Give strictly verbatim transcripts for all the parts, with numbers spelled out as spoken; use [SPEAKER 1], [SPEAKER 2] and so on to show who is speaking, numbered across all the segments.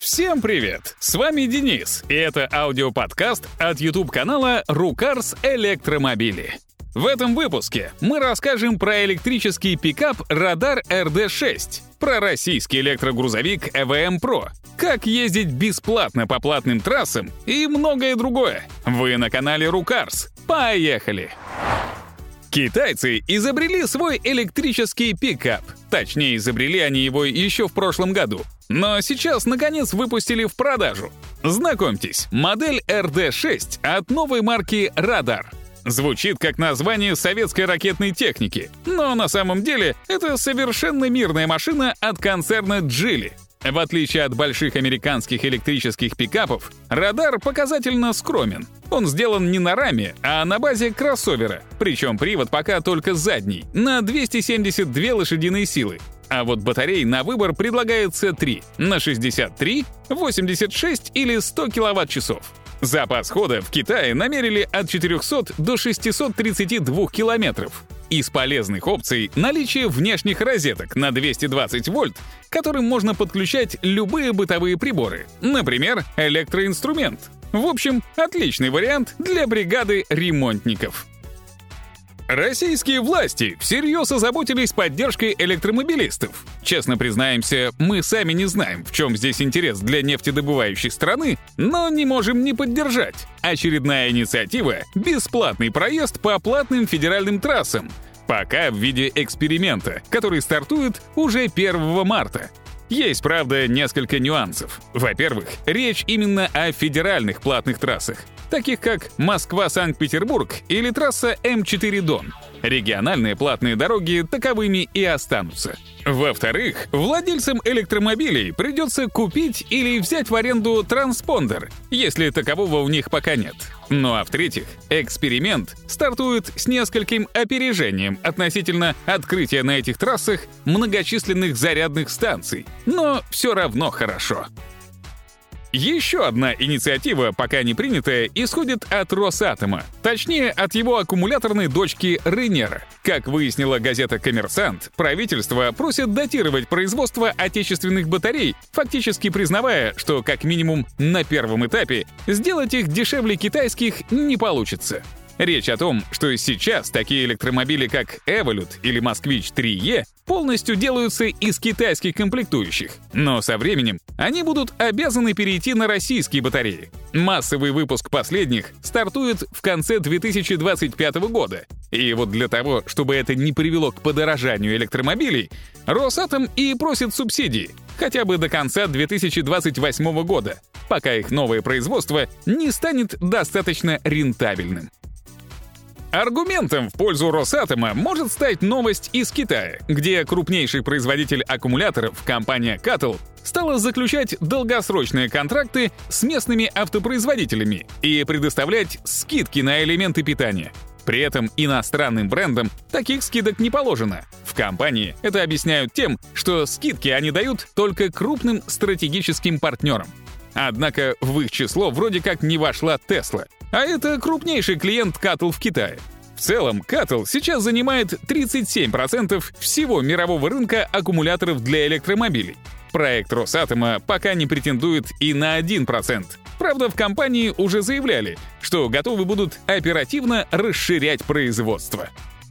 [SPEAKER 1] Всем привет! С вами Денис, и это аудиоподкаст от YouTube-канала Рукарс Электромобили. В этом выпуске мы расскажем про электрический пикап Радар эр дэ шесть, про российский электрогрузовик и ви эм про, как ездить бесплатно по платным трассам и многое другое. Вы на канале Рукарс. Поехали! Китайцы изобрели свой электрический пикап. Точнее, изобрели они его еще в прошлом году. Но сейчас, наконец, выпустили в продажу. Знакомьтесь, модель эр дэ шесть от новой марки «Радар». Звучит как название советской ракетной техники, но на самом деле это совершенно мирная машина от концерна «Джили». В отличие от больших американских электрических пикапов, «Радар» показательно скромен. Он сделан не на раме, а на базе кроссовера, причем привод пока только задний, на двести семьдесят две лошадиные силы. А вот батарей на выбор предлагается три — на шестьдесят три, восемьдесят шесть или сто киловатт-часов. Запас хода в Китае намерили от четырехсот до шестисот тридцати двух километров. Из полезных опций — наличие внешних розеток на двести двадцать вольт, к которым можно подключать любые бытовые приборы, например, электроинструмент. В общем, отличный вариант для бригады ремонтников. Российские власти всерьез озаботились поддержкой электромобилистов. Честно признаемся, мы сами не знаем, в чем здесь интерес для нефтедобывающей страны, но не можем не поддержать. Очередная инициатива — бесплатный проезд по платным федеральным трассам. Пока в виде эксперимента, который стартует уже первого марта. Есть, правда, несколько нюансов. Во-первых, речь именно о федеральных платных трассах, таких как Москва-Санкт-Петербург или трасса эм четыре Дон. Региональные платные дороги таковыми и останутся. Во-вторых, владельцам электромобилей придется купить или взять в аренду транспондер, если такового у них пока нет. Ну а в-третьих, эксперимент стартует с нескольким опережением относительно открытия на этих трассах многочисленных зарядных станций. Но все равно хорошо. Еще одна инициатива, пока не принятая, исходит от Росатома, точнее, от его аккумуляторной дочки Ренера. Как выяснила газета «Коммерсант», правительство просит датировать производство отечественных батарей, фактически признавая, что как минимум на первом этапе сделать их дешевле китайских не получится. Речь о том, что сейчас такие электромобили, как Эволют или Москвич три е, полностью делаются из китайских комплектующих, но со временем они будут обязаны перейти на российские батареи. Массовый выпуск последних стартует в конце две тысячи двадцать пятого года. И вот для того, чтобы это не привело к подорожанию электромобилей, Росатом и просит субсидии, хотя бы до конца две тысячи двадцать восьмого года, пока их новое производство не станет достаточно рентабельным. Аргументом в пользу Росатома может стать новость из Китая, где крупнейший производитель аккумуляторов, компания Каттл, стала заключать долгосрочные контракты с местными автопроизводителями и предоставлять скидки на элементы питания. При этом иностранным брендам таких скидок не положено. В компании это объясняют тем, что скидки они дают только крупным стратегическим партнерам. Однако в их число вроде как не вошла Tesla, а это крупнейший клиент Каттл в Китае. В целом, Каттл сейчас занимает тридцать семь процентов всего мирового рынка аккумуляторов для электромобилей. Проект Росатома пока не претендует и на один процент. Правда, в компании уже заявляли, что готовы будут оперативно расширять производство.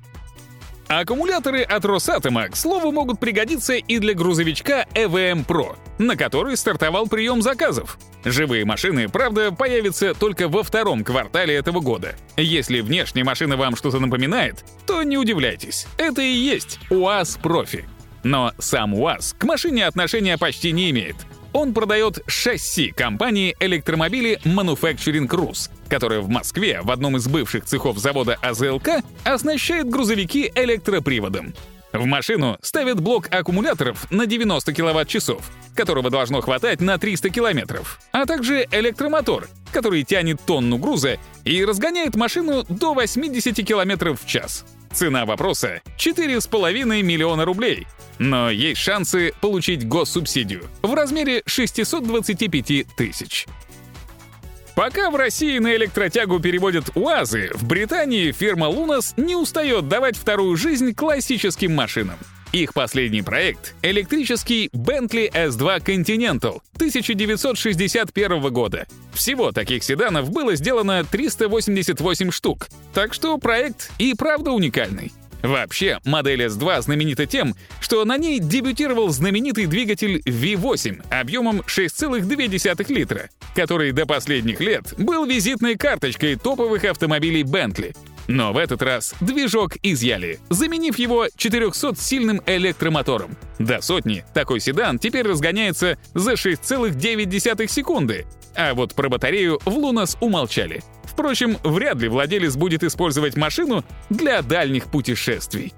[SPEAKER 1] Аккумуляторы от Росатома, к слову, могут пригодиться и для грузовичка и ви эм про, на который стартовал прием заказов. Живые машины, правда, появятся только во втором квартале этого года. Если внешне машина вам что-то напоминает, то не удивляйтесь, это и есть УАЗ Профи. Но сам УАЗ к машине отношения почти не имеет. Он продает шасси компании электромобили Manufacturing Rus, которая в Москве в одном из бывших цехов завода а зэ эл ка оснащает грузовики электроприводом. В машину ставят блок аккумуляторов на девяносто киловатт-часов, которого должно хватать на триста километров, а также электромотор, который тянет тонну груза и разгоняет машину до восьмидесяти километров в час. Цена вопроса — четыре с половиной миллиона рублей. Но есть шансы получить госсубсидию в размере шестисот двадцати пяти тысяч. Пока в России на электротягу переводят УАЗы, в Британии фирма Lunas не устает давать вторую жизнь классическим машинам. Их последний проект — электрический Bentley эс два Continental тысяча девятьсот шестьдесят первого года. Всего таких седанов было сделано триста восемьдесят восемь штук, так что проект и правда уникальный. Вообще, модель эс два знаменита тем, что на ней дебютировал знаменитый двигатель ви восемь объемом шесть целых две десятых литра, который до последних лет был визитной карточкой топовых автомобилей Bentley. Но в этот раз движок изъяли, заменив его четырехсотсильным электромотором. До сотни такой седан теперь разгоняется за шесть целых девять десятых секунды, а вот про батарею в Лунас умолчали. Впрочем, вряд ли владелец будет использовать машину для дальних путешествий.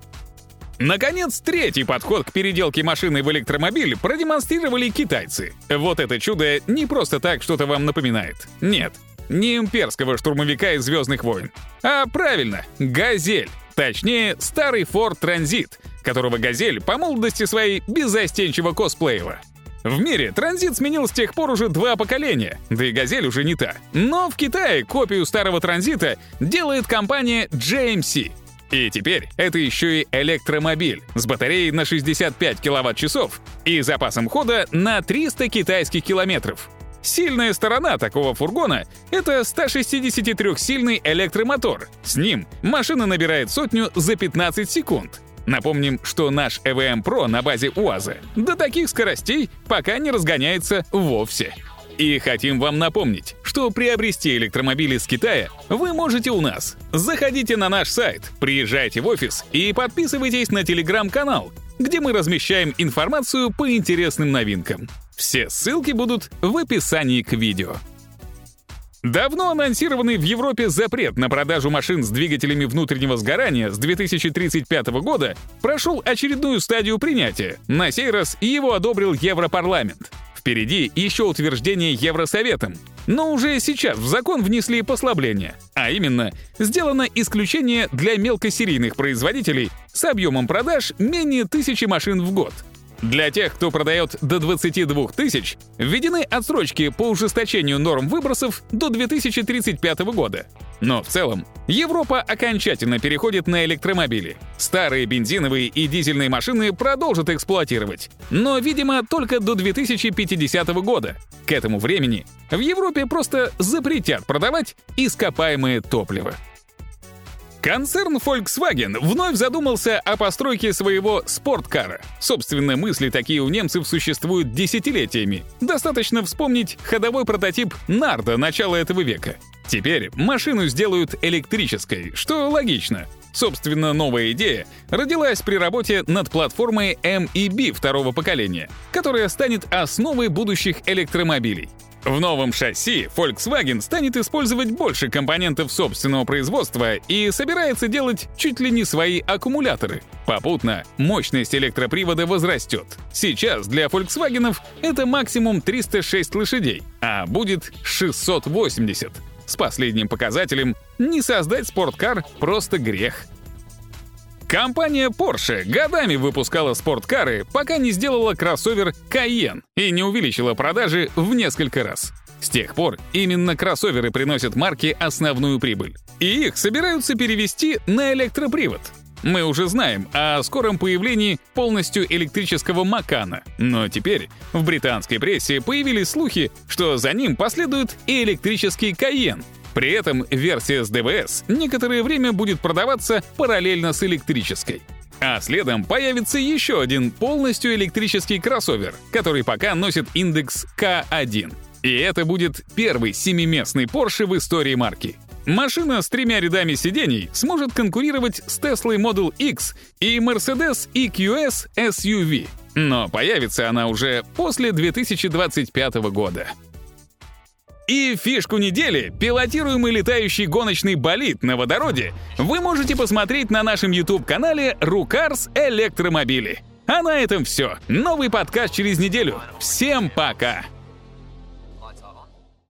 [SPEAKER 1] Наконец, третий подход к переделке машины в электромобиль продемонстрировали китайцы. Вот это чудо не просто так что-то вам напоминает. Нет, не имперского штурмовика из «Звездных войн», а правильно, «Газель». Точнее, старый Ford Transit, которого «Газель» по молодости своей беззастенчиво косплеила. В мире Транзит сменил с тех пор уже два поколения, да и «Газель» уже не та. Но в Китае копию старого Транзита делает компания джей эм си. И теперь это еще и электромобиль с батареей на шестьдесят пять киловатт-часов и запасом хода на триста китайских километров. Сильная сторона такого фургона — это сто шестидесятитрёхсильный электромотор. С ним машина набирает сотню за пятнадцать секунд. Напомним, что наш и ви эм Pro на базе УАЗа до таких скоростей пока не разгоняется вовсе. И хотим вам напомнить, что приобрести электромобили из Китая вы можете у нас. Заходите на наш сайт, приезжайте в офис и подписывайтесь на телеграм-канал, где мы размещаем информацию по интересным новинкам. Все ссылки будут в описании к видео. Давно анонсированный в Европе запрет на продажу машин с двигателями внутреннего сгорания с две тысячи тридцать пятого года прошел очередную стадию принятия. На сей раз его одобрил Европарламент. Впереди еще утверждение Евросоветом. Но уже сейчас в закон внесли послабления. А именно, сделано исключение для мелкосерийных производителей с объемом продаж менее тысячи машин в год. Для тех, кто продает до двадцати двух тысяч, введены отсрочки по ужесточению норм выбросов до две тысячи тридцать пятого года. Но в целом, Европа окончательно переходит на электромобили. Старые бензиновые и дизельные машины продолжат эксплуатировать, но, видимо, только до две тысячи пятидесятого года. К этому времени в Европе просто запретят продавать ископаемое топливо. Концерн Volkswagen вновь задумался о постройке своего спорткара. Собственно, мысли такие у немцев существуют десятилетиями. Достаточно вспомнить ходовой прототип Нарда начала этого века. Теперь машину сделают электрической, что логично. Собственно, новая идея родилась при работе над платформой эм и би второго поколения, которая станет основой будущих электромобилей. В новом шасси Volkswagen станет использовать больше компонентов собственного производства и собирается делать чуть ли не свои аккумуляторы. Попутно мощность электропривода возрастет. Сейчас для Volkswagen это максимум триста шесть лошадей, а будет шестьсот восемьдесят. С последним показателем не создать спорткар просто грех. Компания Porsche годами выпускала спорткары, пока не сделала кроссовер Cayenne и не увеличила продажи в несколько раз. С тех пор именно кроссоверы приносят марке основную прибыль. И их собираются перевести на электропривод. Мы уже знаем о скором появлении полностью электрического Макана, но теперь в британской прессе появились слухи, что за ним последует и электрический Cayenne. При этом версия с дэ вэ эс некоторое время будет продаваться параллельно с электрической. А следом появится еще один полностью электрический кроссовер, который пока носит индекс ка один. И это будет первый семиместный Porsche в истории марки. Машина с тремя рядами сидений сможет конкурировать с Tesla Model X и Mercedes и кью эс эс ю ви. Но появится она уже после две тысячи двадцать пятого года. И фишку недели — пилотируемый летающий гоночный болид на водороде — вы можете посмотреть на нашем YouTube-канале «Рукарс Электромобили». А на этом все. Новый подкаст через неделю. Всем пока!